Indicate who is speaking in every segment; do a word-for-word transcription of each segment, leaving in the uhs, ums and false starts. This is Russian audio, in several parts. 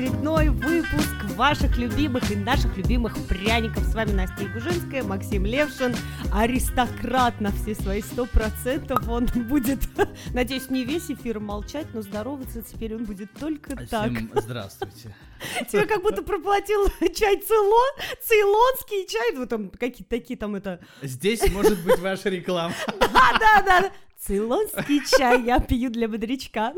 Speaker 1: очередной выпуск ваших любимых и наших любимых пряников. С вами Настя Ягужинская, Максим Левшин, аристократ на все свои сто процентов. Он будет, надеюсь, не весь эфир молчать, но здороваться теперь он будет только
Speaker 2: Всем
Speaker 1: так.
Speaker 2: Здравствуйте.
Speaker 1: Тебе как будто проплатил чай Цейлон, цейлонский чай, вот там какие-то такие там это...
Speaker 2: Здесь может быть ваша реклама.
Speaker 1: Да, да, да, цейлонский чай я пью для бодрячка.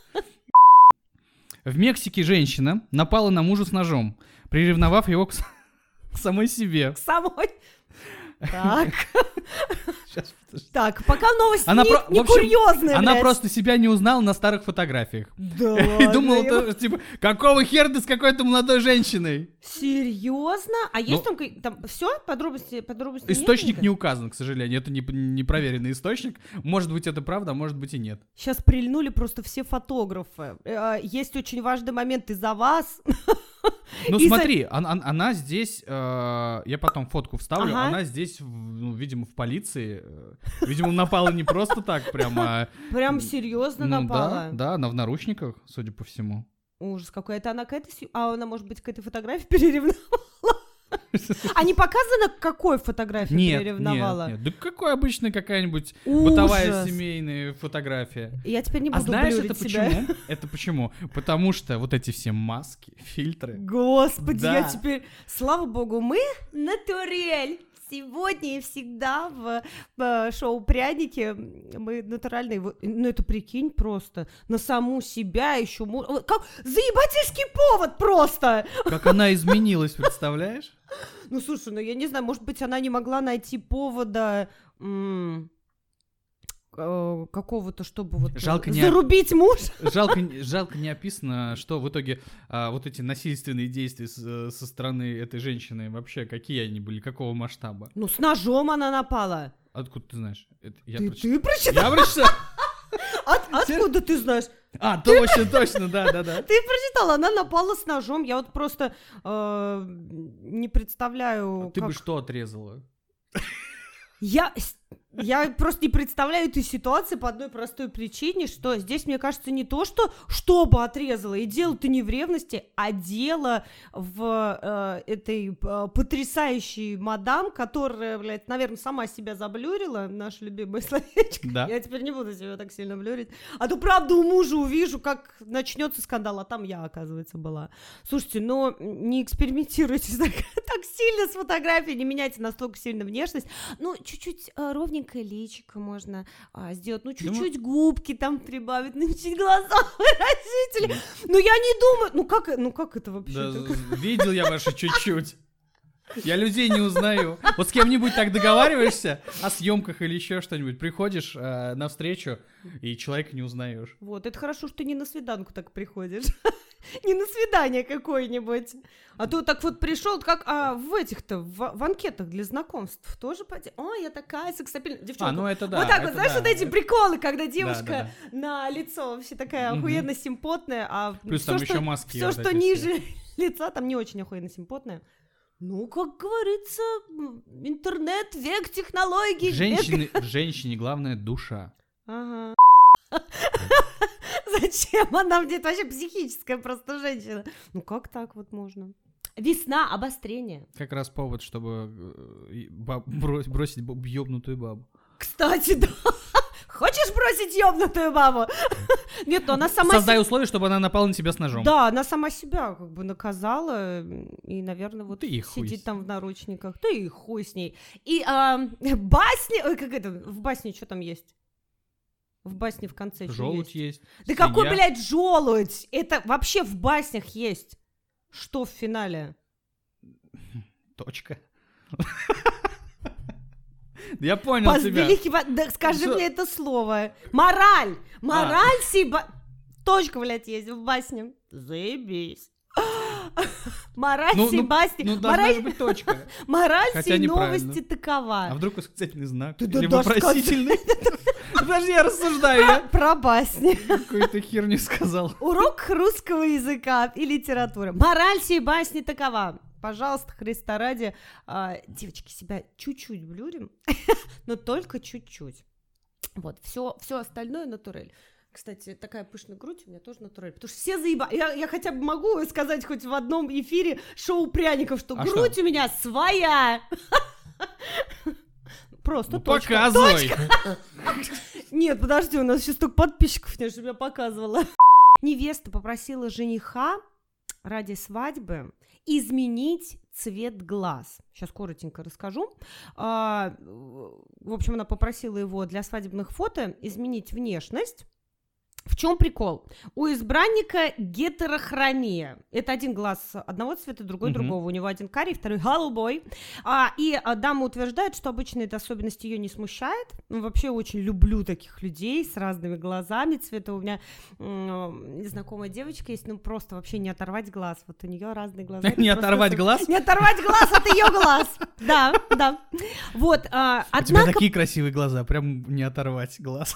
Speaker 2: В Мексике женщина напала на мужа с ножом, приревновав его к, с... к самой себе.
Speaker 1: К самой... Так.
Speaker 2: Сейчас,
Speaker 1: так, пока новость
Speaker 2: она
Speaker 1: не,
Speaker 2: про...
Speaker 1: не
Speaker 2: общем,
Speaker 1: курьезная,
Speaker 2: Она
Speaker 1: блядь.
Speaker 2: просто себя не узнала на старых фотографиях.
Speaker 1: Да
Speaker 2: И
Speaker 1: ладно,
Speaker 2: думала,
Speaker 1: я-
Speaker 2: то, типа, какого хера ты с какой-то молодой женщиной?
Speaker 1: Серьезно? А есть
Speaker 2: Ну,
Speaker 1: там, ка- там все? Подробности, подробности
Speaker 2: Источник
Speaker 1: нет?
Speaker 2: не указан, к сожалению. Это не, не проверенный источник. Может быть, это правда, а может быть и нет.
Speaker 1: Сейчас прильнули просто все фотографы. Э, Есть очень важный момент из-за вас.
Speaker 2: Ну
Speaker 1: И за-
Speaker 2: смотри, она, она- она здесь, э, я потом фотку вставлю,
Speaker 1: Ага.
Speaker 2: она здесь, в- ну, видимо, в полиции, э, видимо, напала не просто так, прямо.
Speaker 1: Прям серьезно
Speaker 2: Ну
Speaker 1: напала.
Speaker 2: да, да, она в наручниках, судя по всему.
Speaker 1: Ужас какой. Это она к этой... съ- А она, может быть, к этой фотографии переревновала? А не показано, к какой фотографии
Speaker 2: Нет,
Speaker 1: переревновала?
Speaker 2: нет, нет. Да какой обычная какая-нибудь
Speaker 1: Ужас.
Speaker 2: бытовая семейная фотография.
Speaker 1: Я теперь не
Speaker 2: А
Speaker 1: буду
Speaker 2: знаешь,
Speaker 1: блюрить
Speaker 2: это
Speaker 1: себя.
Speaker 2: почему? Это почему? Потому что вот эти все маски, фильтры.
Speaker 1: Господи,
Speaker 2: Да.
Speaker 1: я теперь... Слава богу, мы натурель. Сегодня и всегда в, в шоу «Пряники» мы натуральные. Вот, ну, это прикинь просто. На саму себя еще... мо- вот Как заебательский повод просто!
Speaker 2: Как она изменилась, представляешь?
Speaker 1: Ну, слушай, ну, я не знаю, может быть, она не могла найти повода... м, э, какого-то, чтобы вот... э,
Speaker 2: Жалко не-
Speaker 1: зарубить мужа.
Speaker 2: Жалко, жалко не описано, что в итоге а, вот эти насильственные действия с- э, со стороны этой женщины вообще какие они были, какого масштаба?
Speaker 1: Ну, с ножом она напала.
Speaker 2: Откуда ты знаешь? Это я
Speaker 1: Ты,
Speaker 2: прочитал.
Speaker 1: ты прочитал?
Speaker 2: Я прочитал.
Speaker 1: От- откуда ты знаешь?
Speaker 2: А, точно, точно, да, да, да.
Speaker 1: Ты прочитала, она напала с ножом. Я вот просто э, не представляю,
Speaker 2: Ты
Speaker 1: как...
Speaker 2: бы что отрезала?
Speaker 1: Я, с- я просто не представляю этой ситуации по одной простой причине, что здесь, мне кажется, не то, что чтобы отрезала, и дело-то не в ревности, а дело в э, этой э, потрясающей мадам, которая, блядь, наверное, сама себя заблюрила, наше любимое словечко.
Speaker 2: Да.
Speaker 1: Я теперь не буду себя так сильно блюрить. А то, правда, у мужа увижу, как начнется скандал, а там я, оказывается, была. Слушайте, но не экспериментируйте так, так сильно с фотографией, не меняйте настолько сильно внешность. Ну, чуть-чуть а, ровненькое личико можно а, сделать, ну, чуть-чуть губки там прибавить, ну, чуть глаза выразители. Ну, я не думаю, ну, как, ну, как это вообще?
Speaker 2: Да,
Speaker 1: Так?
Speaker 2: видел я ваши чуть-чуть. Я людей не узнаю. Вот с кем-нибудь так договариваешься о съемках или еще что-нибудь, приходишь э, на встречу и человека не узнаешь.
Speaker 1: Вот, это хорошо, что ты не на свиданку так приходишь. Не на свидание какое-нибудь. А то так вот пришел, как а, в этих-то, в, в анкетах для знакомств тоже поди. Ой, я такая сексапильная девчонка.
Speaker 2: А, ну это да.
Speaker 1: Вот так
Speaker 2: это
Speaker 1: вот, знаешь,
Speaker 2: да.
Speaker 1: вот эти приколы, когда девушка
Speaker 2: да,
Speaker 1: на лицо вообще такая
Speaker 2: Мгм.
Speaker 1: охуенно симпотная, а
Speaker 2: Плюс
Speaker 1: все,
Speaker 2: там
Speaker 1: что,
Speaker 2: еще маски.
Speaker 1: все,
Speaker 2: вот
Speaker 1: что
Speaker 2: эти
Speaker 1: ниже лица, там не очень охуенно симпотная. Ну, как говорится, м, интернет, век технологий.
Speaker 2: все.
Speaker 1: век-
Speaker 2: Женщины, в женщине главное душа.
Speaker 1: Ага. Зачем она мне? Это вообще психическая просто женщина. Ну как так вот можно? Весна, обострение.
Speaker 2: Как раз повод, чтобы э, и баб- брось- бросить баб- ёбнутую бабу.
Speaker 1: Кстати, да. Хочешь бросить ёбнутую бабу? Нет, ну она сама...
Speaker 2: Создай
Speaker 1: се-
Speaker 2: условия, чтобы она напала на тебя с ножом.
Speaker 1: Да, она сама себя как бы наказала, и, наверное, вот
Speaker 2: Ты и хуй
Speaker 1: сидит
Speaker 2: с-
Speaker 1: там в наручниках. Да и хуй с ней. И а, басни... Ой, как это? В басне что там есть? В басне в конце чё
Speaker 2: Желудь
Speaker 1: есть?
Speaker 2: есть.
Speaker 1: Да какой,
Speaker 2: свинья.
Speaker 1: блядь, желудь? Это вообще в баснях есть. Что в финале?
Speaker 2: Точка. Я понял тебя.
Speaker 1: Великий ба- да скажи
Speaker 2: Всё.
Speaker 1: мне это слово. Мораль! Мораль сиба... Точка, блядь, есть в басне. Заебись. Мораль
Speaker 2: Ну,
Speaker 1: сей
Speaker 2: ну,
Speaker 1: басни.
Speaker 2: Ну, должна
Speaker 1: Мораль,
Speaker 2: же быть точка.
Speaker 1: мораль
Speaker 2: хотя
Speaker 1: сей
Speaker 2: неправильно.
Speaker 1: новости такова.
Speaker 2: А вдруг восклицательный знак?
Speaker 1: Ты да
Speaker 2: Или
Speaker 1: дашь
Speaker 2: вопросительный? Подожди, я рассуждаю. Я
Speaker 1: Про басни.
Speaker 2: какую-то херню сказал.
Speaker 1: Урок русского языка и литературы. Мораль сей басни такова. Пожалуйста, Христа ради, а, девочки, себя чуть-чуть блюрим, но только чуть-чуть. Вот, все, все остальное натурель. Кстати, такая пышная грудь у меня тоже натуральная, потому что все заебали. Я, я хотя бы могу сказать хоть в одном эфире шоу пряников, что
Speaker 2: а
Speaker 1: грудь
Speaker 2: что?
Speaker 1: у меня своя. Просто
Speaker 2: ну,
Speaker 1: точка.
Speaker 2: Показывай.
Speaker 1: Точка. Нет, подожди, у нас сейчас столько подписчиков нет, чтобы я показывала. Невеста попросила жениха ради свадьбы изменить цвет глаз. Сейчас коротенько расскажу. А, в общем, она попросила его для свадебных фото изменить внешность. В чем прикол? У избранника гетерохромия. Это один глаз одного цвета, другой uh-huh. другого. У него один карий, второй голубой. А, и а, дама утверждает, что обычно эта особенность ее не смущает. Ну, вообще очень люблю таких людей с разными глазами цвета. У меня м- знакомая девочка есть, ну просто вообще не оторвать глаз. Вот у нее разные глаза.
Speaker 2: Не оторвать глаз?
Speaker 1: Не оторвать глаз от ее глаз. Да, да. Вот.
Speaker 2: У тебя такие красивые глаза, прям не оторвать глаз.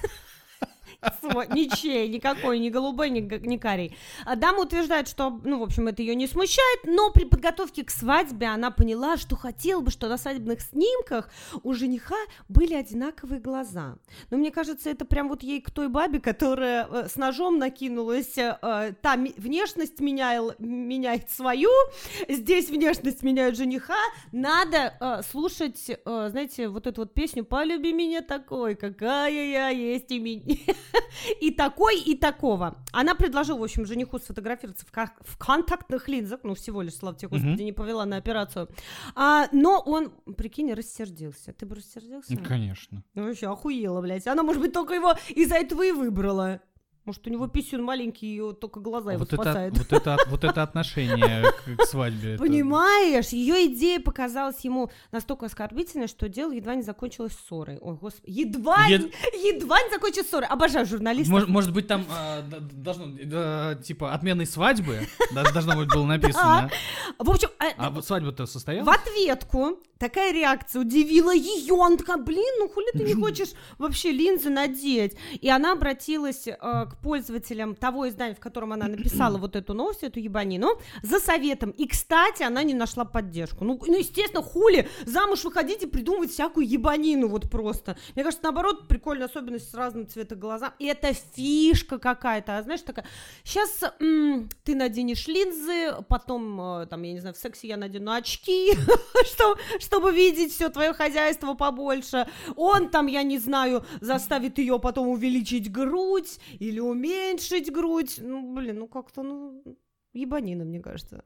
Speaker 1: Ничей, никакой, ни голубой, ни, ни карий. Дама утверждает, что, ну, в общем, это ее не смущает, но при подготовке к свадьбе она поняла, что хотела бы, что на свадебных снимках у жениха были одинаковые глаза. Но мне кажется, это прям вот ей к той бабе, которая э, с ножом накинулась, э, та ми- внешность менял, меняет свою, здесь внешность меняет жениха, надо э, слушать, э, знаете, вот эту вот песню «Полюби меня такой, какая я есть и меня». И такой, и такого. Она предложила, в общем, жениху сфотографироваться в, кон- в контактных линзах, ну, всего лишь, слава тебе, Господи, mm-hmm. не повела на операцию. А, но он, прикинь, рассердился. Ты бы рассердился?
Speaker 2: Ну, конечно.
Speaker 1: Ну, вообще, охуела, блядь. Она, может быть, только его из-за этого и выбрала. Может, у него писюн маленький, и вот только глаза его
Speaker 2: вот
Speaker 1: спасают.
Speaker 2: Это, вот, это, вот это отношение к, к свадьбе.
Speaker 1: Понимаешь, ее идея показалась ему настолько оскорбительной, что дело едва не закончилось ссорой. Ой, господи, едва, Ед... едва не закончилась ссорой. Обожаю журналистов.
Speaker 2: Может, может быть, там а, должно, а, типа, отменой свадьбы должно быть было написано.
Speaker 1: В общем...
Speaker 2: А вот свадьба-то состоялась?
Speaker 1: В ответку такая реакция удивила ее. Он такая, блин, ну хули ты не хочешь вообще линзы надеть? И она обратилась к пользователям того издания, в котором она написала вот эту новость, эту ебанину, за советом. И, кстати, она не нашла поддержку. Ну, ну, естественно, хули замуж выходить и придумывать всякую ебанину вот просто. Мне кажется, наоборот, прикольная особенность с разным цветом глаза. И это фишка какая-то, а знаешь, такая, сейчас м- ты наденешь линзы, потом, там, я не знаю, в сексе я надену очки, чтобы видеть все твое хозяйство побольше. Он там, я не знаю, заставит ее потом увеличить грудь или уменьшить грудь. Ну, блин, ну как-то, ну, ебанина, мне кажется.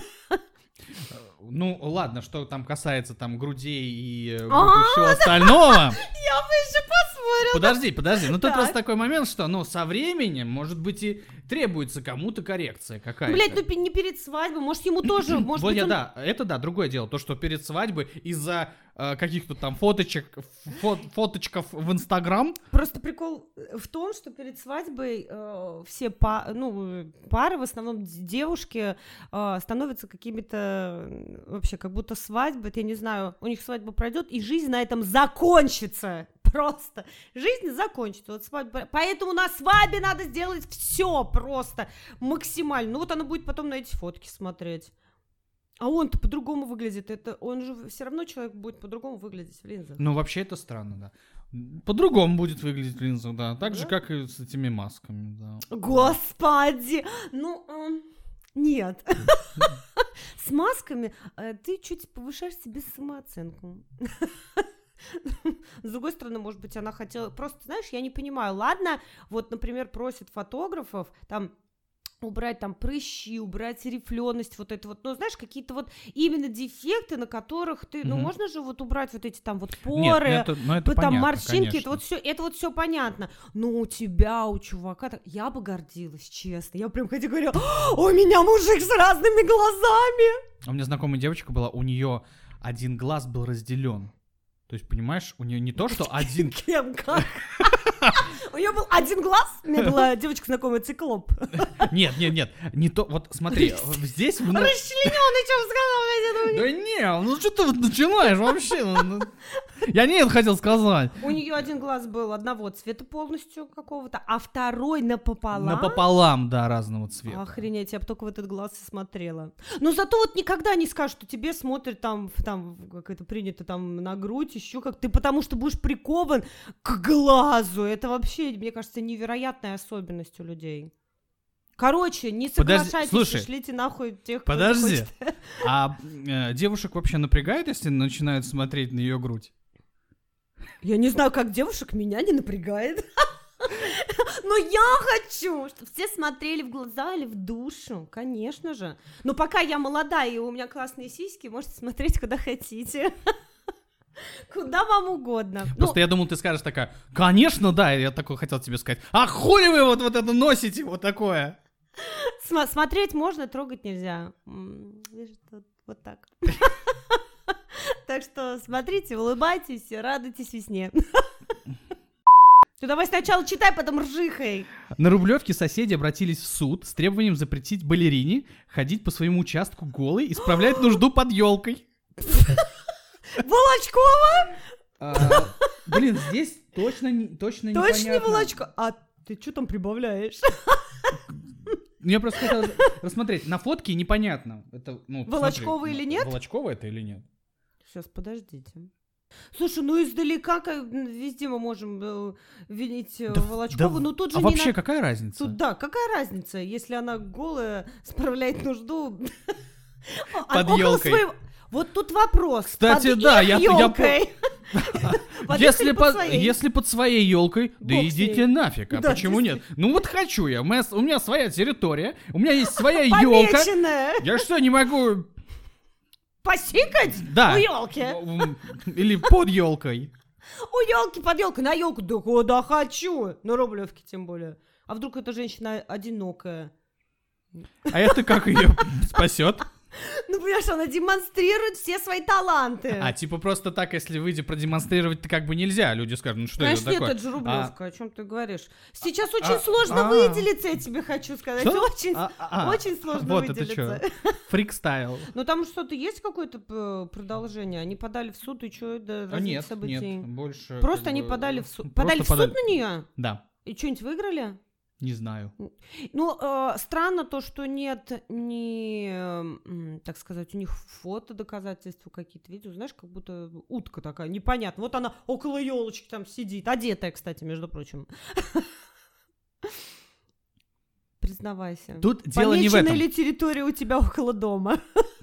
Speaker 2: Ну, ладно, что там касается там грудей и всего остального.
Speaker 1: Я бы еще поспорила.
Speaker 2: Подожди, подожди, ну тут просто такой момент, что, ну, со временем, может быть, и требуется кому-то коррекция какая-то.
Speaker 1: Блять, ну не перед свадьбой, может, ему тоже, может
Speaker 2: вот
Speaker 1: быть,
Speaker 2: я,
Speaker 1: он...
Speaker 2: да, это да, другое дело, то, что перед свадьбой из-за э, каких-то там фоточек, фо- фоточков в Инстаграм.
Speaker 1: Просто прикол в том, что перед свадьбой э, все па- ну, пары, в основном девушки, э, становятся какими-то, вообще, как будто свадьба, я не знаю, у них свадьба пройдет, и жизнь на этом закончится. Просто жизнь закончится. Вот свадьба. Поэтому на свадьбе надо сделать все просто максимально. Ну вот она будет потом на эти фотки смотреть. А он-то по-другому выглядит. Это он же все равно человек будет по-другому выглядеть в линзах.
Speaker 2: Ну вообще это странно, да. По-другому будет выглядеть в линзах, да. Так да? же, как и с этими масками, да.
Speaker 1: Господи! Ну, э, нет. С масками ты чуть повышаешь себе самооценку. С другой стороны, может быть, она хотела... Просто, знаешь, я не понимаю. Ладно, вот, например, просят фотографов там убрать там прыщи, убрать рифлённость, вот это вот, ну, знаешь, какие-то вот именно дефекты, на которых ты, mm-hmm. ну, можно же вот убрать вот эти там вот поры,
Speaker 2: Нет, это, ну, это
Speaker 1: там
Speaker 2: понятно,
Speaker 1: морщинки,
Speaker 2: конечно.
Speaker 1: это вот все, это вот все понятно. Но у тебя, у чувака, так... я бы гордилась, честно, я прям хотя говорила, у меня мужик с разными глазами.
Speaker 2: У меня знакомая девочка была, у нее один глаз был разделен. То есть, понимаешь, у нее не то, что один...
Speaker 1: Кем, как? У нее был один глаз? У меня была девочка знакомая, циклоп.
Speaker 2: Нет, нет, нет, не то, вот смотри, здесь...
Speaker 1: Расчленённый, что сказал?
Speaker 2: Да не, ну что ты вот начинаешь вообще? Я не это хотел сказать.
Speaker 1: У нее один глаз был одного цвета полностью какого-то, а второй напополам.
Speaker 2: Напополам, да, разного цвета.
Speaker 1: Охренеть, я бы только в этот глаз и смотрела. Но зато вот никогда не скажут, что тебе смотрят там, там как это принято, там на грудь еще как ты, потому что будешь прикован к глазу. Это вообще, мне кажется, невероятная особенность у людей. Короче, не соглашайтесь,
Speaker 2: Подожди, слушай,
Speaker 1: шлите нахуй тех, кто
Speaker 2: подожди.
Speaker 1: хочет.
Speaker 2: А э, девушек вообще напрягает, если начинают смотреть на ее грудь?
Speaker 1: Я не знаю, как девушек, меня не напрягает. Но я хочу, чтобы все смотрели в глаза или в душу, конечно же. Но пока я молодая и у меня классные сиськи, можете смотреть куда хотите. Куда вам угодно.
Speaker 2: Просто
Speaker 1: Ну,
Speaker 2: я думал, ты скажешь такая, конечно, да, я такой хотел тебе сказать, а хули вы вот, вот это носите, вот такое?
Speaker 1: см- смотреть можно, трогать нельзя. М, видишь, тут вот так. Так что смотрите, улыбайтесь, радуйтесь весне. Ты давай сначала читай, потом ржихай.
Speaker 2: На Рублевке соседи обратились в суд с требованием запретить балерине ходить по своему участку голой и справлять нужду под елкой.
Speaker 1: Волочкова?
Speaker 2: А, блин, здесь точно, не- точно непонятно.
Speaker 1: Точно не Волочкова? А ты что там прибавляешь?
Speaker 2: Я просто хотел рассмотреть. На фотке непонятно. Это, ну,
Speaker 1: Волочкова
Speaker 2: смотри,
Speaker 1: или
Speaker 2: ну,
Speaker 1: нет?
Speaker 2: Волочкова это или нет?
Speaker 1: Сейчас, подождите. Слушай, ну издалека как, м, везде мы можем э, винить э,
Speaker 2: Да,
Speaker 1: Волочкову,
Speaker 2: да,
Speaker 1: но тут же
Speaker 2: а
Speaker 1: не
Speaker 2: вообще
Speaker 1: на-
Speaker 2: какая разница?
Speaker 1: Тут, да, какая разница, если она голая, справляет нужду а,
Speaker 2: Под
Speaker 1: около
Speaker 2: ёлкой.
Speaker 1: своего- Вот тут вопрос.
Speaker 2: Кстати,
Speaker 1: под
Speaker 2: да,
Speaker 1: их
Speaker 2: я- я
Speaker 1: ёлкой. Под их
Speaker 2: Если
Speaker 1: или
Speaker 2: под,
Speaker 1: своей?
Speaker 2: если под своей елкой, да
Speaker 1: Бог с
Speaker 2: идите
Speaker 1: ней.
Speaker 2: нафиг, а
Speaker 1: Да,
Speaker 2: почему нет? Ну вот хочу я, у меня, у меня своя территория, у меня есть своя елка.
Speaker 1: Помеченная.
Speaker 2: Я что, не могу,
Speaker 1: Посикать?
Speaker 2: да,
Speaker 1: У елки.
Speaker 2: м, или под елкой?
Speaker 1: У елки под елкой, на елку, да куда хочу. На Рублевке тем более. А вдруг эта женщина одинокая?
Speaker 2: А это как ее спасет?
Speaker 1: Ну, понимаешь, она демонстрирует все свои таланты.
Speaker 2: А типа просто так, если выйти продемонстрировать, то как бы нельзя. Люди скажут, ну что
Speaker 1: Конечно,
Speaker 2: это
Speaker 1: нет,
Speaker 2: такое?
Speaker 1: это же Рублевка, о чем ты говоришь? Сейчас
Speaker 2: А,
Speaker 1: очень сложно
Speaker 2: а.
Speaker 1: выделиться, я тебе хочу сказать.
Speaker 2: Что?
Speaker 1: Очень,
Speaker 2: А, а, а.
Speaker 1: очень сложно
Speaker 2: Вот это
Speaker 1: выделиться.
Speaker 2: чё? Фрикстайл.
Speaker 1: Ну там что-то есть какое-то п- продолжение? Они подали в суд, и что до
Speaker 2: А
Speaker 1: развития
Speaker 2: нет,
Speaker 1: событий?
Speaker 2: нет, больше...
Speaker 1: Просто
Speaker 2: как
Speaker 1: они
Speaker 2: бы,
Speaker 1: подали в суд.
Speaker 2: просто
Speaker 1: Подали в суд на нее?
Speaker 2: Да,
Speaker 1: И что-нибудь выиграли?
Speaker 2: не знаю.
Speaker 1: Ну, э, странно то, что нет ни, м, так сказать, у них фото доказательства какие-то, видео, знаешь, как будто утка такая, непонятно. Вот она около елочки там сидит, одетая, кстати, между прочим. Признавайся.
Speaker 2: Тут дело не в
Speaker 1: Помечена
Speaker 2: этом.
Speaker 1: ли территория у тебя около дома?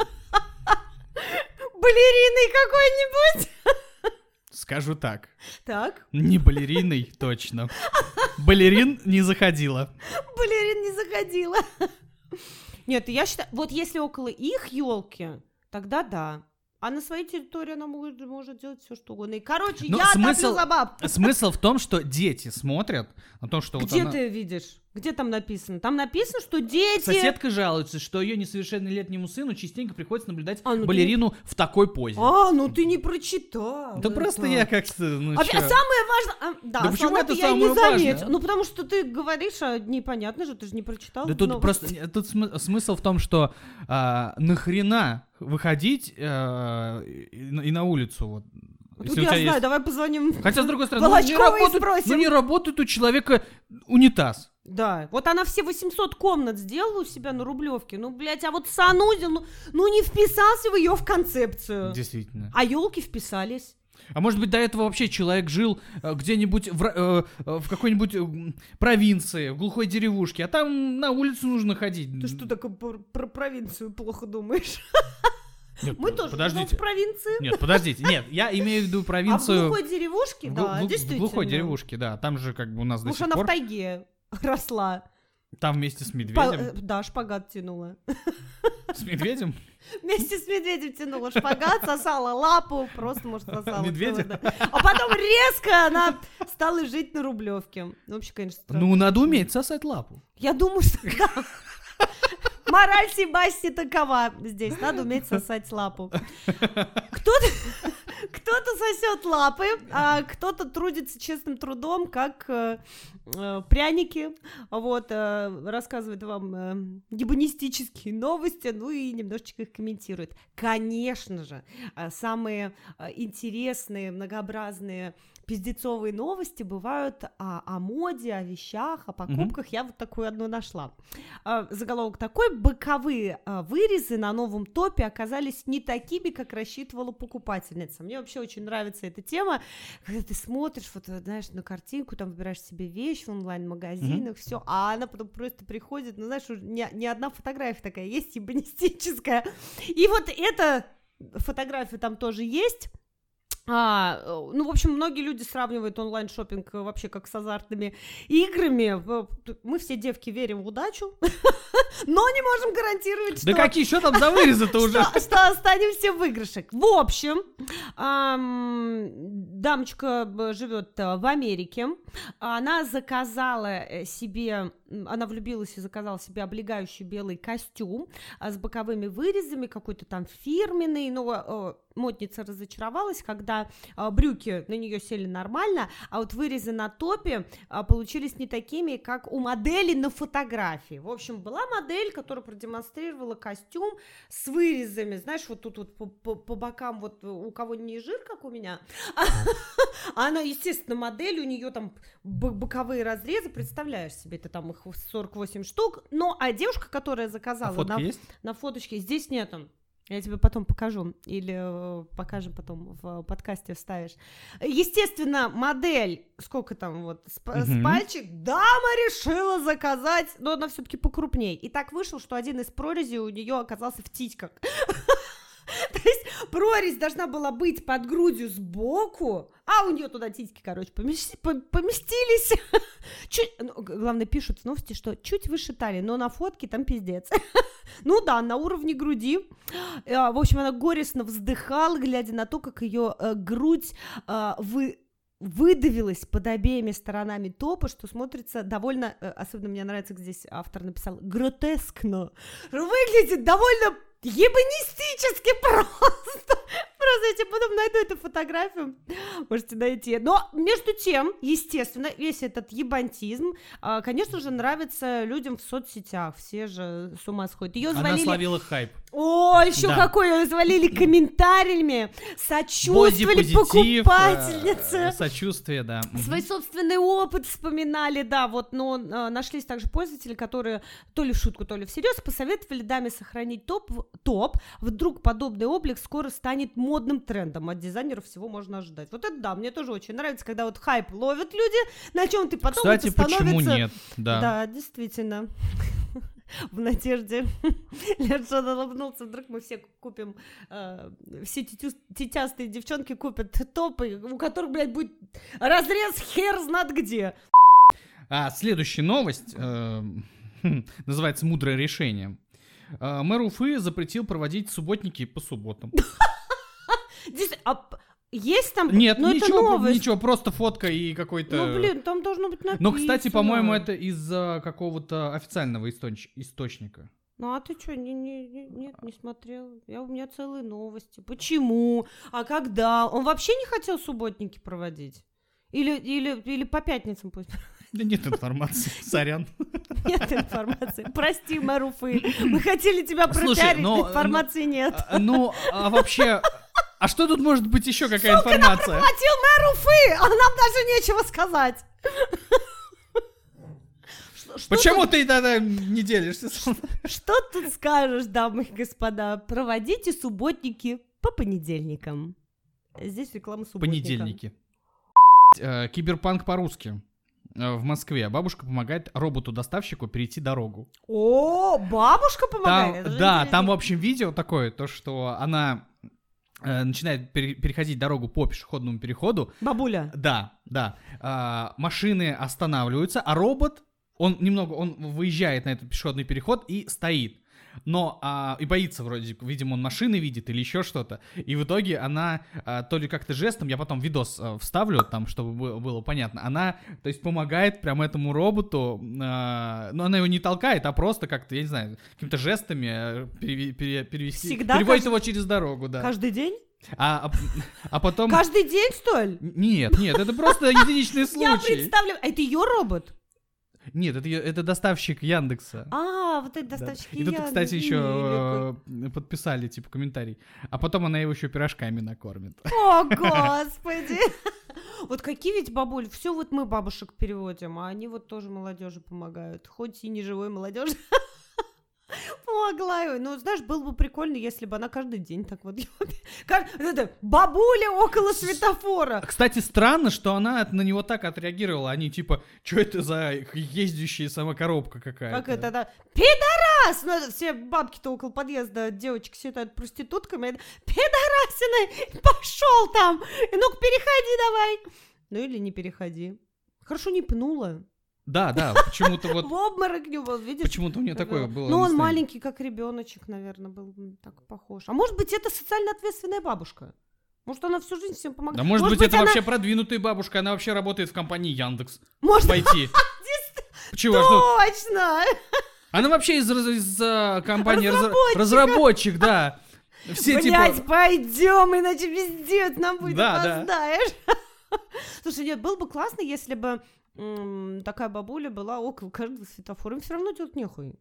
Speaker 1: Балериной какой-нибудь?
Speaker 2: Скажу так.
Speaker 1: Так,
Speaker 2: Не балериной, точно. Балерин не заходила.
Speaker 1: балерин не заходила. Нет, я считаю, вот если около их елки, тогда да. А на своей территории она может, может делать все, что угодно. И, короче,
Speaker 2: Ну,
Speaker 1: я
Speaker 2: смысл-
Speaker 1: топлю за баб.
Speaker 2: Смысл в том, что дети смотрят на то, что вот
Speaker 1: Где
Speaker 2: она...
Speaker 1: ты видишь? Где там написано? Там написано, что дети...
Speaker 2: Соседка жалуется, что ее несовершеннолетнему сыну частенько приходится наблюдать
Speaker 1: А, ну ты-
Speaker 2: балерину в такой позе.
Speaker 1: А, ну ты не прочитал.
Speaker 2: Да просто
Speaker 1: это.
Speaker 2: я как-то... Ну,
Speaker 1: А,
Speaker 2: чё?
Speaker 1: а самое важное... а, да,
Speaker 2: Да почему
Speaker 1: Аслан,
Speaker 2: это
Speaker 1: я и не
Speaker 2: самое важное,
Speaker 1: заметил.
Speaker 2: а?
Speaker 1: Ну, потому что ты говоришь, а непонятно же, ты же не прочитал.
Speaker 2: Да тут
Speaker 1: новость.
Speaker 2: просто э, тут см- смысл в том, что а, нахрена выходить а, и, на- и на улицу вот.
Speaker 1: Тут
Speaker 2: если у
Speaker 1: я
Speaker 2: тебя
Speaker 1: знаю,
Speaker 2: есть-
Speaker 1: давай позвоним.
Speaker 2: Хотя с другой стороны, ну, не
Speaker 1: Волочковой
Speaker 2: работает,
Speaker 1: спросим.
Speaker 2: ну не работает у человека унитаз.
Speaker 1: Да, вот она все восемьсот комнат сделала у себя на Рублевке. Ну, блядь, а вот санузел, ну, ну не вписался в ее в концепцию.
Speaker 2: Действительно.
Speaker 1: А елки вписались.
Speaker 2: А может быть, до этого вообще человек жил э, где-нибудь в, ра- э, э, в какой-нибудь э, провинции, в глухой деревушке, а там на улицу нужно ходить.
Speaker 1: Ты что такое про, про провинцию плохо думаешь?
Speaker 2: Нет,
Speaker 1: Мы тоже живем
Speaker 2: подождите.
Speaker 1: в провинции.
Speaker 2: Нет, подождите. Нет, я имею в виду
Speaker 1: А в
Speaker 2: провинцию...
Speaker 1: глухой деревушке,
Speaker 2: в,
Speaker 1: да,
Speaker 2: гл- в
Speaker 1: действительно.
Speaker 2: глухой деревушке, да. Там же как бы у нас до
Speaker 1: Может,
Speaker 2: сих
Speaker 1: она
Speaker 2: пор...
Speaker 1: в тайге росла.
Speaker 2: Там вместе с
Speaker 1: По-
Speaker 2: медведем.
Speaker 1: э, да, шпагат тянула.
Speaker 2: С медведем?
Speaker 1: Вместе с медведем тянула шпагат, сосала лапу, просто, может, сосала.
Speaker 2: Медведя?
Speaker 1: целую, да. А потом резко она стала жить на Рублевке. Ну, вообще, конечно, странно.
Speaker 2: Ну, надо уметь сосать лапу.
Speaker 1: Я думаю, что да. Мораль сей басни такова здесь. Надо уметь сосать лапу. Кто-то, кто-то сосет лапы, а кто-то трудится честным трудом, как э, э, пряники. Вот, э, рассказывает вам э, гибонистические новости, ну и немножечко их комментирует. Конечно же, э, самые э, интересные, многообразные пиздецовые новости бывают о, о моде, о вещах, о покупках. Mm-hmm. Я вот такую одну нашла. А, заголовок такой: боковые а, вырезы на новом топе оказались не такими, как рассчитывала покупательница. Мне вообще очень нравится эта тема, когда ты смотришь, вот, знаешь, на картинку, там выбираешь себе вещь в онлайн-магазинах, mm-hmm. все, а она потом просто приходит, ну, знаешь, уже не, не одна фотография такая есть, ебанистическая. И вот эта фотография там тоже есть. А, ну, в общем, многие люди сравнивают онлайн-шоппинг вообще как с азартными играми. Мы все девки верим в удачу, но не можем гарантировать, что...
Speaker 2: Да какие, что там за вырезы-то уже?
Speaker 1: Что останемся в выигрышах. В общем, дамочка живет в Америке. Она заказала себе... Она влюбилась и заказала себе облегающий белый костюм с боковыми вырезами, какой-то там фирменный, но модница разочаровалась, когда брюки на нее сели нормально, а вот вырезы на топе получились не такими, как у модели на фотографии. В общем, была модель, которая продемонстрировала костюм с вырезами, знаешь, вот тут вот по, по, по бокам, вот у кого не жир, как у меня, она, естественно, модель, у нее там боковые разрезы, представляешь себе, это там их сорок восемь штук, но а девушка, которая заказала...
Speaker 2: А фотки
Speaker 1: на,
Speaker 2: есть?
Speaker 1: На фоточке, здесь нету. Я тебе потом покажу, или э, покажем потом в подкасте, вставишь. Естественно, модель, сколько там вот, с, uh-huh. с пальчик, дама решила заказать, но она все-таки покрупней. И так вышло, что один из прорезей у нее оказался в титьках. То есть прорезь должна была быть под грудью сбоку, а у нее туда титьки, короче, поместились. Чуть, ну, главное, пишут в новости, что чуть выше талии, но на фотке там пиздец. Ну да, на уровне груди. В общем, она горестно вздыхала, глядя на то, как ее э, грудь э, вы... выдавилась под обеими сторонами топа, что смотрится довольно, э, особенно мне нравится, как здесь автор написал, гротескно. Выглядит довольно ебанистически просто. Просто я тебе потом найду эту фотографию, можете найти. Но между тем, естественно, весь этот ебантизм, конечно же, нравится людям в соцсетях. Все же с ума сходят. Ее
Speaker 2: завалили... Она словила хайп.
Speaker 1: О, еще да. Какой, ее завалили комментариями, сочувствовали покупательнице.
Speaker 2: Э, сочувствие, да.
Speaker 1: Свой угу. собственный опыт вспоминали, да, вот, но э, нашлись также пользователи, которые то ли в шутку, то ли всерьез посоветовали даме сохранить топ, топ, вдруг подобный облик скоро станет модным трендом, от дизайнеров всего можно ожидать. Вот это да, мне тоже очень нравится, когда вот хайп ловят люди, на чем ты потом
Speaker 2: Кстати,
Speaker 1: это становится...
Speaker 2: почему нет? Да,
Speaker 1: да действительно. В надежде. Лершон улыбнулся, вдруг мы все купим, э, все тетю, тетястые девчонки купят топы, у которых, блядь, будет разрез хер знат где.
Speaker 2: А следующая новость э, называется «Мудрое решение». Э, мэр Уфы запретил проводить субботники по субботам.
Speaker 1: Есть там?
Speaker 2: Нет,
Speaker 1: но
Speaker 2: ничего,
Speaker 1: это
Speaker 2: ничего, просто фотка и какой-то...
Speaker 1: Ну, блин, там должно быть написано.
Speaker 2: Но, кстати, по-моему, это из-за какого-то официального источ... источника.
Speaker 1: Ну, а ты что, не, не, не, нет, не смотрел? Я, у меня целые новости. Почему? А когда? Он вообще не хотел субботники проводить? Или, или, или по пятницам пусть?
Speaker 2: Да нет информации, сорян.
Speaker 1: Нет информации. Прости, мэр Уфы. Мы хотели тебя пропиарить, но информации нет.
Speaker 2: Ну, а вообще... А что тут может быть еще какая
Speaker 1: Сука,
Speaker 2: информация?
Speaker 1: Сука, нам проплатил мэр Уфы, а нам даже нечего сказать.
Speaker 2: Что, Почему тут... ты тогда не делишься?
Speaker 1: Что тут скажешь, дамы и господа? Проводите субботники по понедельникам. Здесь реклама субботника.
Speaker 2: Понедельники. Киберпанк по-русски. В Москве бабушка помогает роботу-доставщику перейти дорогу.
Speaker 1: О, бабушка помогает?
Speaker 2: Там, да, там, в общем, видео такое, то, что она... начинает пере- переходить дорогу по пешеходному переходу.
Speaker 1: Бабуля.
Speaker 2: Да, да. А, машины останавливаются, а робот, он немного, он выезжает на этот пешеходный переход и стоит. Но, а, и боится вроде, видимо, он машины видит или еще что-то. И в итоге она, а, то ли как-то жестом, я потом видос а, вставлю, там, чтобы было, было понятно, она, то есть, помогает прям этому роботу, а, но она его не толкает, а просто как-то, я не знаю, какими-то жестами пере, пере, перевести,
Speaker 1: всегда
Speaker 2: переводит
Speaker 1: кажд...
Speaker 2: его через дорогу, да.
Speaker 1: Каждый день?
Speaker 2: А, а, а потом...
Speaker 1: Каждый день, что ли?
Speaker 2: Нет, нет, это просто единичный случай.
Speaker 1: Я представляю, это ее робот?
Speaker 2: Нет, это, это доставщик Яндекса.
Speaker 1: А, вот это доставщик
Speaker 2: да. И тут, кстати, еще э, подписали, типа, комментарий. А потом она его еще пирожками накормит.
Speaker 1: О, господи! Вот какие ведь бабуль, все вот мы бабушек переводим, а они вот тоже молодежи помогают, хоть и не живой молодежи. Помогла ей. Ну, знаешь, было бы прикольно, если бы она каждый день так вот... Это бабуля около светофора.
Speaker 2: Кстати, странно, что она на него так отреагировала. Они типа, что это за ездящая самокоробка какая-то?
Speaker 1: Как это, да? Пидорас! Ну, это все бабки-то около подъезда, девочки считают проститутками. Пидорасины! Пошел там! Ну-ка, переходи давай! Ну, или не переходи. Хорошо не пнула.
Speaker 2: Да, да, почему-то вот...
Speaker 1: В обморок не был, видишь?
Speaker 2: Почему-то у нее такое было.
Speaker 1: Ну, он маленький, как ребеночек, наверное, был так похож. А может быть, это социально ответственная бабушка? Может, она всю жизнь всем помогает?
Speaker 2: Да, может, может быть, это она... вообще продвинутая бабушка, она вообще работает в компании Яндекс.
Speaker 1: Может,
Speaker 2: в ай ти. Чего?
Speaker 1: Точно!
Speaker 2: Она вообще из, из компании разработчик. разработчик, да.
Speaker 1: Все Блять, типа... пойдем, иначе пиздец, нам будет
Speaker 2: да,
Speaker 1: опоздаешь. Да. Слушай, нет, было бы классно, если бы м- такая бабуля была около каждого светофора. Им все равно делать нехуй.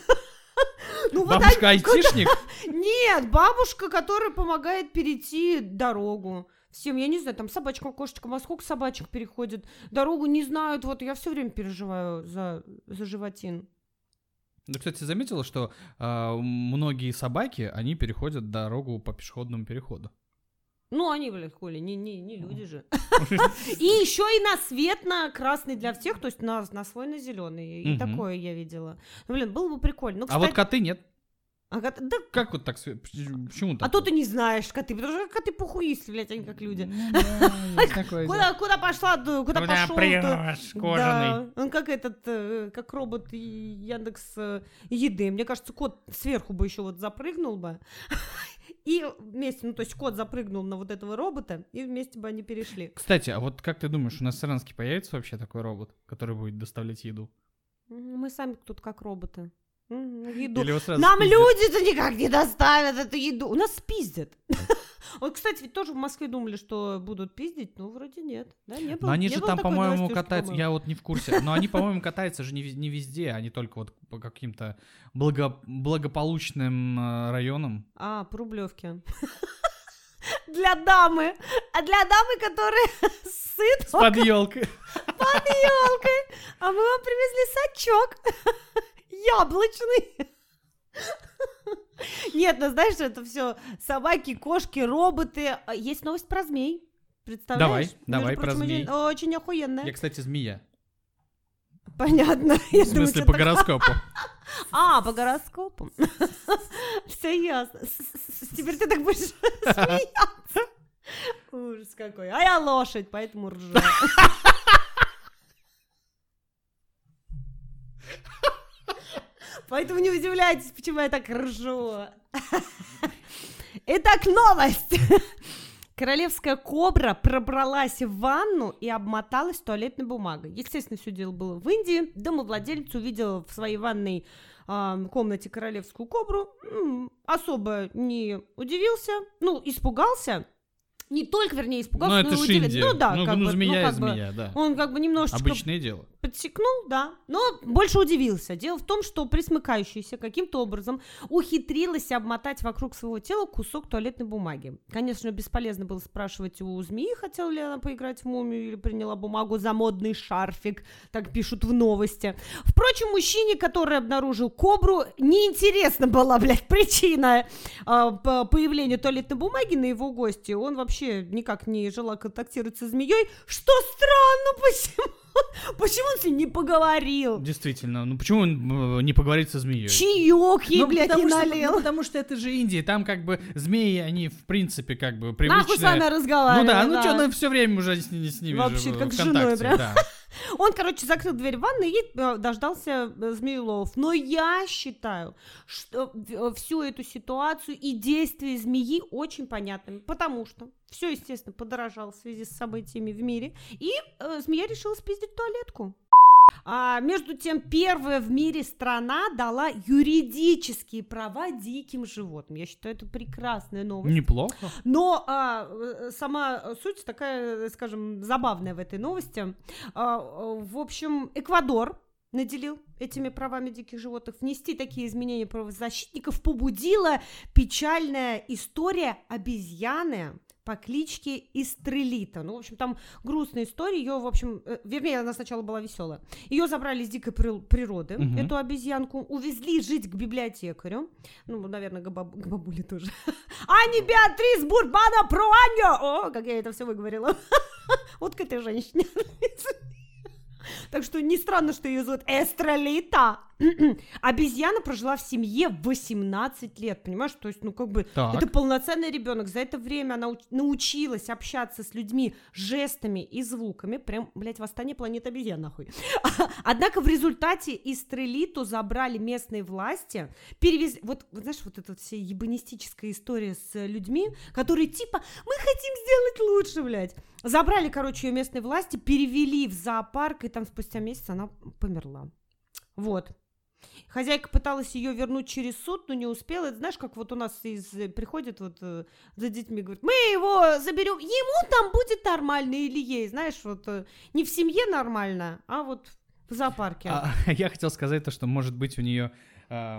Speaker 2: Ну, бабушка вот айтишник?
Speaker 1: Нет, бабушка, которая помогает перейти дорогу. Всем, я не знаю, там собачкам, кошечкам, а сколько собачек переходит дорогу, не знают. Вот я все время переживаю за, за животин.
Speaker 2: Да, кстати, заметила, что э, многие собаки, они переходят дорогу по пешеходному переходу.
Speaker 1: Ну, они, блядь, Коля, не, не, не люди же. И еще и на свет, на красный для всех, то есть на, на свой, на зеленый. И такое я видела. Ну, блин, было бы прикольно.
Speaker 2: А вот коты нет.
Speaker 1: А кот... да...
Speaker 2: Как вот так? Почему так?
Speaker 1: А то ты не знаешь коты, потому что коты похуисты, блядь, они как люди. Куда, куда пошла, куда пошел?
Speaker 2: Кожаный.
Speaker 1: Он как этот, как робот Яндекс еды. Мне кажется, кот сверху бы еще вот запрыгнул бы. И вместе, ну, то есть кот запрыгнул на вот этого робота, и вместе бы они перешли.
Speaker 2: Кстати, а вот как ты думаешь, у нас в Саранске появится вообще такой робот, который будет доставлять еду?
Speaker 1: Мы сами тут как роботы. Еду.
Speaker 2: Нам
Speaker 1: спиздят. Люди-то никак не доставят эту еду. У нас спиздят. Вот, кстати, ведь тоже в Москве думали, что будут пиздить, но вроде нет. Да, не было,
Speaker 2: но они
Speaker 1: не
Speaker 2: же
Speaker 1: было
Speaker 2: там, по-моему, катаются,
Speaker 1: по-моему.
Speaker 2: Я вот не в курсе, но они, по-моему, катаются же не, не везде, они только вот по каким-то благо, благополучным э, районам.
Speaker 1: А, по Рублевке. Для дамы. А для дамы, которая сыт.
Speaker 2: С под елкой.
Speaker 1: Под елкой. А мы вам привезли сачок. Яблочный. Нет, ну знаешь, это все собаки, кошки, роботы. Есть новость про змей. Представляешь?
Speaker 2: Давай, давай
Speaker 1: Между
Speaker 2: про
Speaker 1: прочим,
Speaker 2: змей.
Speaker 1: Очень, очень охуенная.
Speaker 2: Я, кстати, змея.
Speaker 1: Понятно.
Speaker 2: В смысле, по гороскопу.
Speaker 1: А, по гороскопу. Все ясно. Теперь ты так будешь смеяться. Ужас какой. А я лошадь, поэтому ржу. Поэтому не удивляйтесь, почему я так ржу. Итак, новость. Королевская кобра пробралась в ванну и обмоталась туалетной бумагой. Естественно, все дело было в Индии. Домовладелец увидел в своей ванной э, комнате королевскую кобру. М-м, особо не удивился, ну, испугался. Не только, вернее, испугался,
Speaker 2: но
Speaker 1: но
Speaker 2: это
Speaker 1: и удивился.
Speaker 2: Индия.
Speaker 1: Ну да,
Speaker 2: ну,
Speaker 1: как
Speaker 2: ну,
Speaker 1: бы,
Speaker 2: змея
Speaker 1: ну, как
Speaker 2: и змея,
Speaker 1: бы,
Speaker 2: да.
Speaker 1: Он как бы немножечко...
Speaker 2: Обычное дело.
Speaker 1: Подсекнул, да, но больше удивился. Дело в том, что присмыкающаяся каким-то образом ухитрилась обмотать вокруг своего тела кусок туалетной бумаги. Конечно, бесполезно было спрашивать у змеи, хотела ли она поиграть в мумию или приняла бумагу за модный шарфик, так пишут в новости. Впрочем, мужчине, который обнаружил кобру, неинтересна была, блядь, причина э, появления туалетной бумаги на его гости. Он вообще никак не желал контактировать со змеей, что странно, почему? Почему он с ним не поговорил?
Speaker 2: Действительно, ну почему он не поговорит со змеей?
Speaker 1: Чаек ей,
Speaker 2: ну,
Speaker 1: блядь, не налил.
Speaker 2: Что, ну, потому что это же Индия, там как бы змеи, они в принципе как бы привычные.
Speaker 1: Нахуй с вами разговаривать.
Speaker 2: Ну да, ну
Speaker 1: да.
Speaker 2: что, ну все время уже с, с ними
Speaker 1: вообще,
Speaker 2: же
Speaker 1: как
Speaker 2: в
Speaker 1: с
Speaker 2: контакте.
Speaker 1: Женой, прям.
Speaker 2: Да.
Speaker 1: Он, короче, закрыл дверь в ванной и дождался змеелов. Но я считаю, что всю эту ситуацию и действия змеи очень понятными, потому что все, естественно, подорожало в связи с событиями в мире, и э, змея решила спиздить туалетку. А, между тем, первая в мире страна дала юридические права диким животным. Я считаю, это прекрасная новость.
Speaker 2: Неплохо.
Speaker 1: Но а, сама суть такая, скажем, забавная в этой новости. А, в общем, Эквадор наделил этими правами диких животных. Внести такие изменения правозащитников побудила печальная история обезьяны, по кличке Эстрелита. Ну, в общем, там грустная история. Ее, в общем, э, вернее, она сначала была веселая. Ее забрали из дикой при- природы, угу. эту обезьянку, увезли жить к библиотекарю. Ну, наверное, к, баб- к бабуле тоже. Ани Беатрис Бурбана Пруаньо! О, как я это все выговорила. Вот к этой женщине. Так что не странно, что ее зовут Эстрелита. Обезьяна прожила в семье восемнадцать лет, понимаешь? То есть, ну, как бы, так. это полноценный ребенок. За это время она уч- научилась общаться с людьми жестами и звуками. Прям, блядь, восстание планеты обезьян, нахуй. Однако в результате Эстрелиту забрали местные власти, перевезли... Вот, вот знаешь, вот эта вся ебанистическая история с людьми, которые типа, мы хотим сделать лучше, блядь. Забрали, короче, ее местные власти, перевели в зоопарк, и там спустя месяц она померла. Вот. Хозяйка пыталась ее вернуть через суд, но не успела. Это знаешь, как вот у нас из, приходят вот э, за детьми, говорят, мы его заберем, ему там будет нормально или ей, знаешь, вот э, не в семье нормально, а вот в зоопарке.
Speaker 2: А, я хотел сказать то, что, может быть, у нее... Э,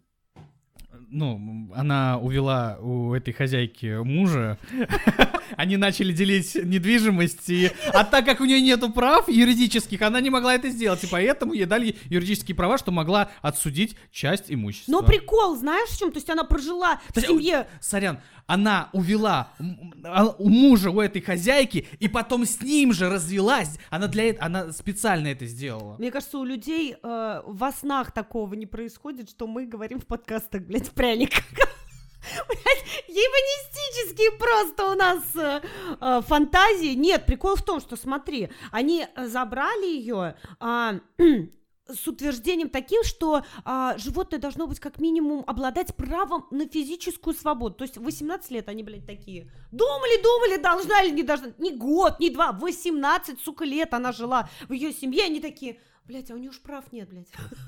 Speaker 2: ну, она увела у этой хозяйки мужа, они начали делить недвижимость, и... а так как у нее нету прав юридических, она не могла это сделать, и поэтому ей дали юридические права, что могла отсудить часть имущества.
Speaker 1: Но прикол, знаешь в чем? То есть она прожила в семье...
Speaker 2: Сорян, она увела у мужа у этой хозяйки, и потом с ним же развелась. Она для этого, она специально это сделала.
Speaker 1: Мне кажется, у людей э, во снах такого не происходит, что мы говорим в подкастах, блядь, пряниках. Блядь, ебанистические просто у нас э, э, фантазии. Нет, прикол в том, что, смотри, они забрали ее... Э, с утверждением таким, что а, животное должно быть как минимум обладать правом на физическую свободу. То есть в восемнадцать лет они, блядь, такие думали, думали, должна или не должна. Ни год, ни два, восемнадцать, сука, лет она жила в ее семье, они такие... Блять, а у нее уж прав нет, блядь.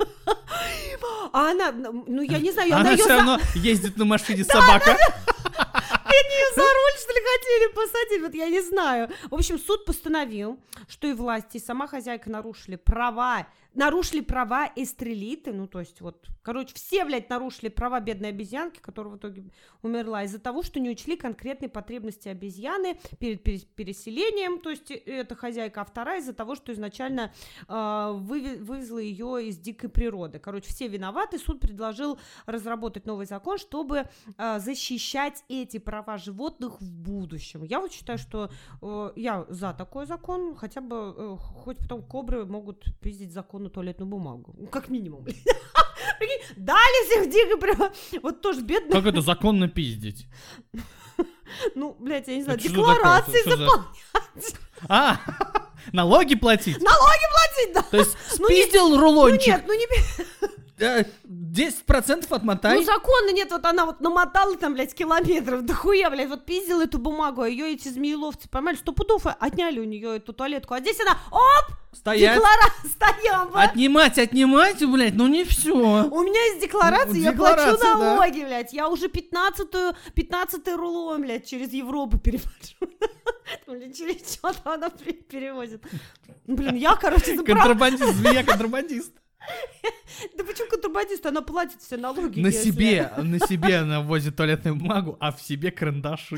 Speaker 1: А она, ну я не знаю,
Speaker 2: она все равно ездит на машине собака.
Speaker 1: Они ее за руль, что ли, хотели посадить, вот я не знаю. В общем, суд постановил, что и власти, и сама хозяйка нарушили права, нарушили права Эстрелиты, ну, то есть вот, короче, все, блядь, нарушили права бедной обезьянки, которая в итоге умерла из-за того, что не учли конкретные потребности обезьяны перед переселением, то есть это хозяйка, а вторая из-за того, что изначально э, вывезла ее из дикой природы. Короче, все виноваты, суд предложил разработать новый закон, чтобы э, защищать эти права животных в будущем. Я вот считаю, что э, я за такой закон, хотя бы, э, хоть потом кобры могут пиздить законную туалетную бумагу, ну, как минимум. Дали всех дико прямо, вот тоже бедно.
Speaker 2: Как это законно пиздить?
Speaker 1: Ну, блядь, я не знаю, декларации заполнять.
Speaker 2: А, налоги платить?
Speaker 1: Налоги платить, да.
Speaker 2: То есть спиздил рулончик?
Speaker 1: Ну нет, ну не...
Speaker 2: десять процентов отмотай.
Speaker 1: Ну, закона нет, вот она вот намотала там, блядь, километров, да хуя, блядь, вот пиздила эту бумагу, а ее эти змееловцы, понимаешь, сто пудов отняли у нее эту туалетку, а здесь она, оп,
Speaker 2: стоять,
Speaker 1: декларация, стояла.
Speaker 2: Отнимать, отнимать, блядь, ну не все.
Speaker 1: У меня есть декларация, я плачу налоги, да. Блядь, я уже пятнадцатую, пятнадцатый рулон, блядь, через Европу перевожу. Блин, через что-то она перевозит. Блин, я, короче, заправ...
Speaker 2: Контрабандист, змея контрабандист.
Speaker 1: Да почему контрабандист? Она платит все налоги.
Speaker 2: На себе, на себе она возит туалетную бумагу, а в себе карандаши.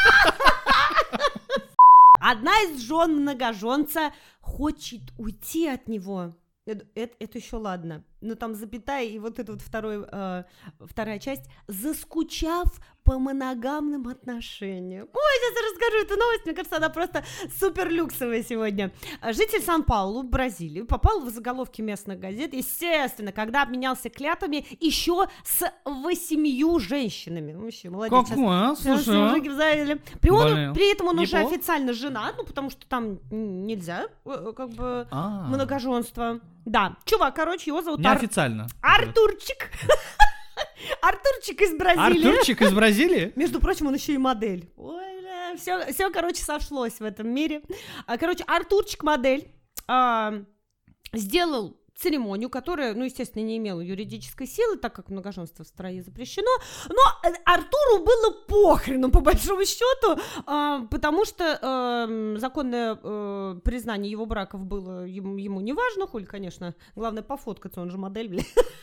Speaker 1: Одна из жен многоженца хочет уйти от него. Это, это, это еще ладно. Но там запятая и вот эта вот второй, э, вторая часть. Заскучав по моногамным отношениям. Ой, сейчас я расскажу эту новость. Мне кажется, она просто супер люксовая сегодня. Житель Сан-Паулу, Бразилии, попал в заголовки местных газет, естественно, когда обменялся клятвами еще с восемью женщинами. Ну, вообще, молодец.
Speaker 2: Какое?
Speaker 1: Сейчас,
Speaker 2: слушай,
Speaker 1: сейчас при, он, при этом он
Speaker 2: Неплохо.
Speaker 1: уже официально женат, ну, потому что там нельзя, как бы,
Speaker 2: А-а-а.
Speaker 1: многоженство. Да, чувак, короче, его зовут
Speaker 2: Неофициально.
Speaker 1: Ар... Артурчик. Артурчик из Бразилии.
Speaker 2: Артурчик из Бразилии?
Speaker 1: Между прочим, он еще и модель. Ой, бля, все, все, короче, сошлось в этом мире. Короче, Артурчик модель а, сделал церемонию, которая, ну, естественно, не имела юридической силы, так как многоженство в стране запрещено, но Артуру было похрену, по большому счету, э, потому что э, законное э, признание его браков было ему, ему не важно, хули, конечно, главное пофоткаться, он же модель, блин.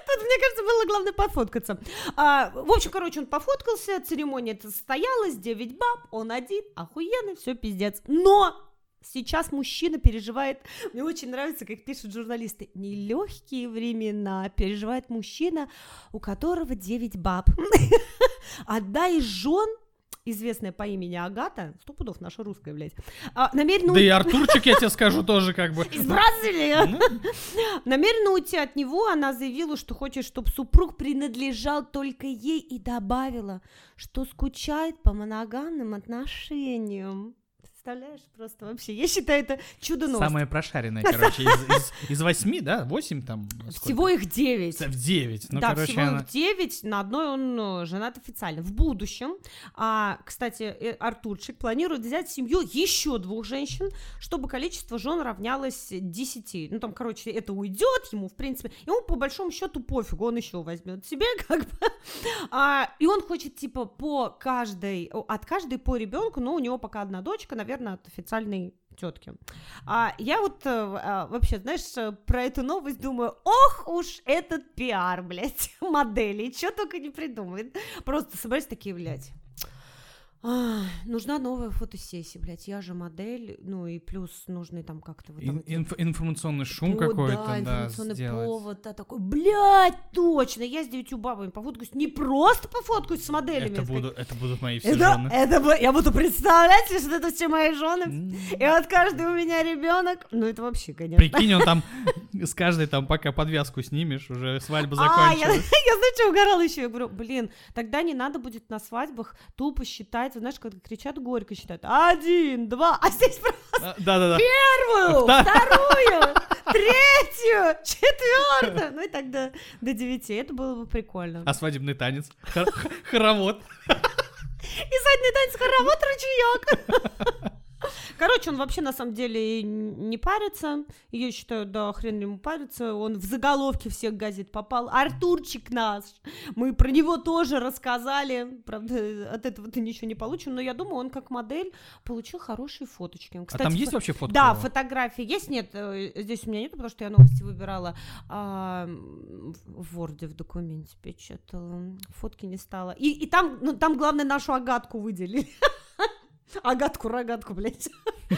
Speaker 1: Тут, мне кажется, было главное пофоткаться. А, в общем, короче, он пофоткался, церемония эта состоялась, девять баб, он один, охуенный, все пиздец. Но сейчас мужчина переживает, мне очень нравится, как пишут журналисты, нелегкие времена переживает мужчина, у которого девять баб. Одна из жен, известная по имени Агата, сто пудов наша русская, блядь, а, намерена...
Speaker 2: Да и Артурчик, я тебе скажу, тоже как бы...
Speaker 1: Из Бразилии! Намерена уйти от него, она заявила, что хочет, чтобы супруг принадлежал только ей, и добавила, что скучает по моногамным отношениям. Представляешь, просто вообще, я считаю, это чудо-новость.
Speaker 2: Самое прошаренное, короче, из, из, из восьми, да, восемь там?
Speaker 1: Всего их девять.
Speaker 2: В девять, ну,
Speaker 1: да,
Speaker 2: короче,
Speaker 1: всего
Speaker 2: она...
Speaker 1: их девять, на одной он женат официально. В будущем, а, кстати, Артурчик планирует взять в семью еще двух женщин, чтобы количество жен равнялось десяти. Ну, там, короче, это уйдет ему, в принципе, ему по большому счету пофигу, он еще возьмет себе, как бы. А, и он хочет, типа, по каждой, от каждой по ребенку, но у него пока одна дочка, наверное, от официальной тетки. А я вот а, вообще, знаешь, про эту новость думаю, ох уж этот пиар, блядь, модели, что только не придумает. Просто собрались такие, блядь. А, нужна новая фотосессия, блядь, я же модель, ну и плюс нужный там как-то... Вот,
Speaker 2: Ин- инф- информационный шум
Speaker 1: О,
Speaker 2: какой-то,
Speaker 1: да,
Speaker 2: да,
Speaker 1: информационный
Speaker 2: сделать.
Speaker 1: повод, да, такой, блядь, точно, я с девятью бабами пофоткаюсь, не просто пофоткаюсь с моделями.
Speaker 2: Это, буду, это будут мои все
Speaker 1: это,
Speaker 2: жены.
Speaker 1: это, бу- я буду представлять, что это все мои жены,
Speaker 2: Mm.
Speaker 1: и вот каждый у меня ребенок, ну это вообще, конечно.
Speaker 2: Прикинь, он там с каждой там, пока подвязку снимешь, уже свадьба
Speaker 1: А, я,
Speaker 2: закончилась.
Speaker 1: я, знаю, что угорала еще, я говорю, блин, тогда не надо будет на свадьбах тупо считать, знаешь, когда кричат горько считают, один, два, а здесь просто
Speaker 2: Да-да-да.
Speaker 1: первую,
Speaker 2: Да.
Speaker 1: вторую, третью, четвертую, ну и так до, до девяти, это было бы прикольно.
Speaker 2: А свадебный танец? Хор- Хоровод.
Speaker 1: И задний танец, хоровод, ручеек. Короче, он вообще на самом деле не парится. Я считаю, да, хрен ему парится. Он в заголовке всех газет попал. Артурчик наш. Мы про него тоже рассказали. Правда, от этого ты ничего не получил. Но я думаю, он как модель получил хорошие фоточки. Кстати,
Speaker 2: А там есть
Speaker 1: фо-
Speaker 2: вообще фотка?
Speaker 1: Да,
Speaker 2: его?
Speaker 1: фотографии есть. Нет, э, здесь у меня нет, потому что я новости выбирала. А, в Word, в документе печатала. Фотки не стало. И, и там, ну, там главное нашу Агатку выделили. Агатку-рогатку, блядь.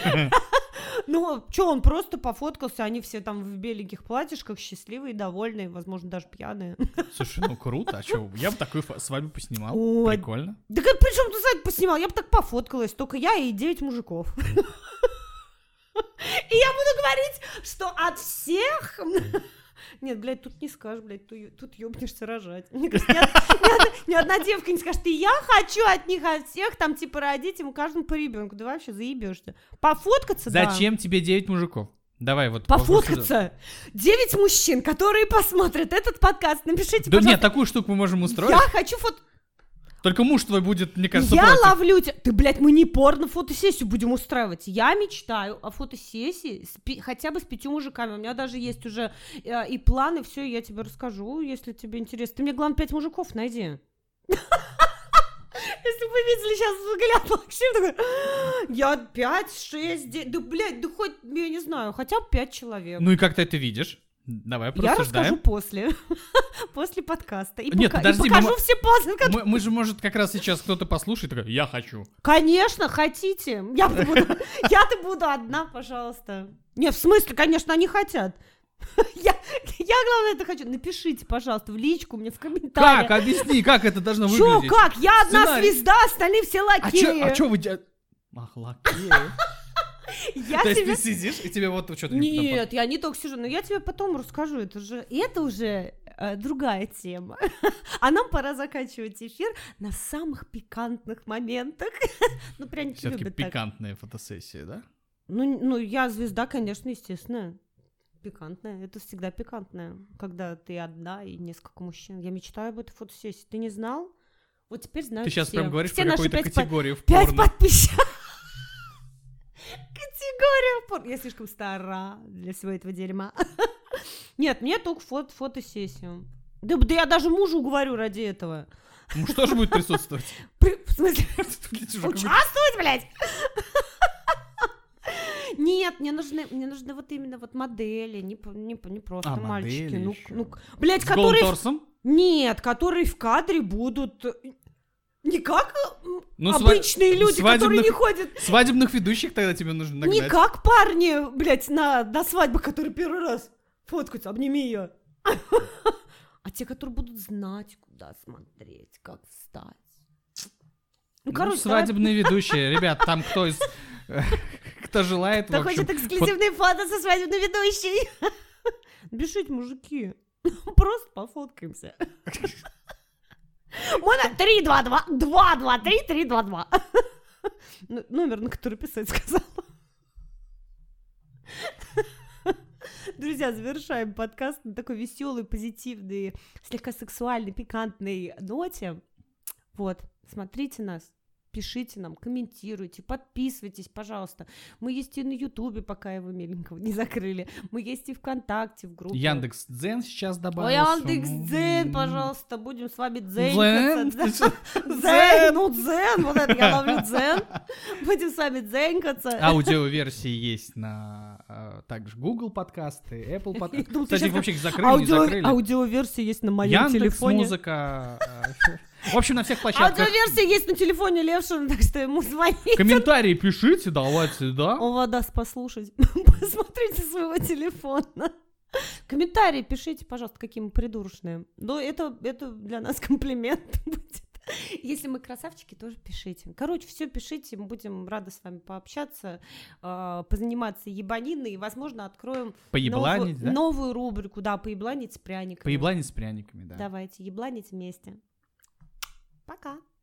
Speaker 1: Ну, что, он просто пофоткался, они все там в беленьких платьишках, счастливые, довольные, возможно, даже пьяные.
Speaker 2: Слушай, ну круто, а что, я бы такую фо- свадьбу поснимал,
Speaker 1: Ой.
Speaker 2: прикольно.
Speaker 1: Да как, при чем ты сайт поснимал? Я бы так пофоткалась, только я и девять мужиков. И я буду говорить, что от всех... Нет, блядь, тут не скажешь, блядь, тут, тут ёбнешься рожать. Мне кажется, ни, ни, одна, ни одна девка не скажет, и я хочу от них, от всех, там, типа, родить ему каждому по ребенку. Да вообще заебешься. Пофоткаться, да.
Speaker 2: Зачем тебе девять мужиков? Давай вот.
Speaker 1: Пофоткаться. Девять мужчин, которые посмотрят этот подкаст, напишите,
Speaker 2: Да
Speaker 1: пожалуйста.
Speaker 2: нет, такую штуку мы можем устроить.
Speaker 1: Я хочу фото...
Speaker 2: Только муж твой будет, мне кажется,
Speaker 1: Я
Speaker 2: против.
Speaker 1: ловлю тебя. Ты, блядь, мы не порно-фотосессию будем устраивать. Я мечтаю о фотосессии с пи- хотя бы с пятью мужиками. У меня даже есть уже э, и планы, все, я тебе расскажу, если тебе интересно. Ты мне, главное, пять мужиков найди. Если бы вы видели сейчас взгляд Максима, такой, я пять, шесть, девять, да, блядь, да хоть, я не знаю, хотя бы пять человек.
Speaker 2: Ну и как ты это видишь? Давай
Speaker 1: Я расскажу
Speaker 2: порассуждаем.
Speaker 1: после, после подкаста. И,
Speaker 2: Нет,
Speaker 1: пока-
Speaker 2: подожди,
Speaker 1: и покажу
Speaker 2: мы-
Speaker 1: все позы. как-
Speaker 2: Мы, мы же, может, как раз сейчас кто-то послушает, такой, я хочу.
Speaker 1: Конечно, хотите. Я-то буду, я-то буду одна, пожалуйста. Не, в смысле, конечно, они хотят. Я, я, главное, это хочу. Напишите, пожалуйста, в личку мне, в комментариях.
Speaker 2: Как? Объясни, как это должно
Speaker 1: Чё,
Speaker 2: выглядеть?
Speaker 1: как? Я одна
Speaker 2: Сценарий.
Speaker 1: звезда, остальные все
Speaker 2: А
Speaker 1: лакеи.
Speaker 2: чё, а чё вы... де- Ах, лакеи.
Speaker 1: Я
Speaker 2: То есть
Speaker 1: тебе...
Speaker 2: ты сидишь, и тебе вот что-то...
Speaker 1: Нет, я не только сижу, но я тебе потом расскажу. Это же, это уже э, другая тема. А нам пора заканчивать эфир на самых пикантных моментах. Ну, пряники
Speaker 2: Все-таки
Speaker 1: любят так.
Speaker 2: пикантная фотосессия, да?
Speaker 1: Ну, ну, я звезда, конечно, естественно. Пикантная. Это всегда пикантная. Когда ты одна и несколько мужчин. Я мечтаю об этой фотосессии. Ты не знал? Вот теперь знаю.
Speaker 2: Ты сейчас
Speaker 1: все.
Speaker 2: прям говоришь
Speaker 1: Все
Speaker 2: про
Speaker 1: наши
Speaker 2: какую-то
Speaker 1: пять по-
Speaker 2: категорию в
Speaker 1: Пять
Speaker 2: порно.
Speaker 1: подписчиков. Категория порно. Я слишком стара для всего этого дерьма. Нет, мне только фото фотосессию. Да, да я даже мужу говорю ради этого.
Speaker 2: Муж тоже будет присутствовать?
Speaker 1: При- В смысле?
Speaker 2: Блин, уже какой-то-
Speaker 1: Участвовать, блядь? Нет, мне нужны, мне нужны вот именно вот модели, не, не, не просто
Speaker 2: А,
Speaker 1: мальчики.
Speaker 2: модели
Speaker 1: Ну,
Speaker 2: ещё.
Speaker 1: ну, блядь,
Speaker 2: С
Speaker 1: которые...
Speaker 2: голым торсом?
Speaker 1: Нет, которые в кадре будут... Не как
Speaker 2: Ну,
Speaker 1: обычные
Speaker 2: сва-
Speaker 1: люди, которые
Speaker 2: свадебных-
Speaker 1: не ходят...
Speaker 2: Свадебных ведущих тогда тебе нужно нагнать.
Speaker 1: Не как парни, блядь, на, на свадьбах, которые первый раз фоткаются, обними ее. А те, которые будут знать, куда смотреть, как встать. Ну,
Speaker 2: Ну,
Speaker 1: короче, давай-
Speaker 2: свадебные ведущие. Ребят, там кто из... Кто желает, в
Speaker 1: Кто
Speaker 2: общем...
Speaker 1: хочет эксклюзивные фото со свадебной ведущей? Бежите, мужики. Просто пофоткаемся. Можно три два два два два три три два два. Номер, на который писать сказала. Друзья, завершаем подкаст на такой веселой, позитивной, слегка сексуальной, пикантной ноте. Вот, смотрите нас, пишите нам, комментируйте, подписывайтесь, пожалуйста. Мы есть и на Ютубе, пока его миленького не закрыли. Мы есть и ВКонтакте, в группе.
Speaker 2: Яндекс.Дзен сейчас
Speaker 1: Ой,
Speaker 2: добавился.
Speaker 1: Яндекс.Дзен, пожалуйста, будем с вами
Speaker 2: Дзен?
Speaker 1: дзенькаться.
Speaker 2: Ты что?
Speaker 1: Дзен, ну дзен, вот это я ловлю дзен. Будем с вами дзенькаться.
Speaker 2: Аудиоверсии есть на э, также Google подкасты, Apple
Speaker 1: Я
Speaker 2: подкасты.
Speaker 1: думала, ты
Speaker 2: Кстати, их
Speaker 1: сейчас
Speaker 2: вообще их закрыли, не
Speaker 1: Аудио-
Speaker 2: закрыли.
Speaker 1: Аудиоверсия есть на моем
Speaker 2: Яндекс,
Speaker 1: телефоне.
Speaker 2: музыка. э, В общем, на всех площадках.
Speaker 1: Аудиоверсия есть на телефоне Левшина, так что ему звоните.
Speaker 2: Комментарии пишите, давайте, да?
Speaker 1: Он вас даст послушать. Посмотрите своего телефона. Комментарии пишите, пожалуйста, какие мы придурочные. Но это, это для нас комплимент будет. Если мы красавчики, тоже пишите. Короче, все пишите, мы будем рады с вами пообщаться, э, позаниматься ебаниной и, возможно, откроем
Speaker 2: Поебланить,
Speaker 1: новую,
Speaker 2: да?
Speaker 1: новую рубрику, да, поебланить с пряниками.
Speaker 2: Поебланить с пряниками, да.
Speaker 1: Давайте, ебланить вместе. Пока.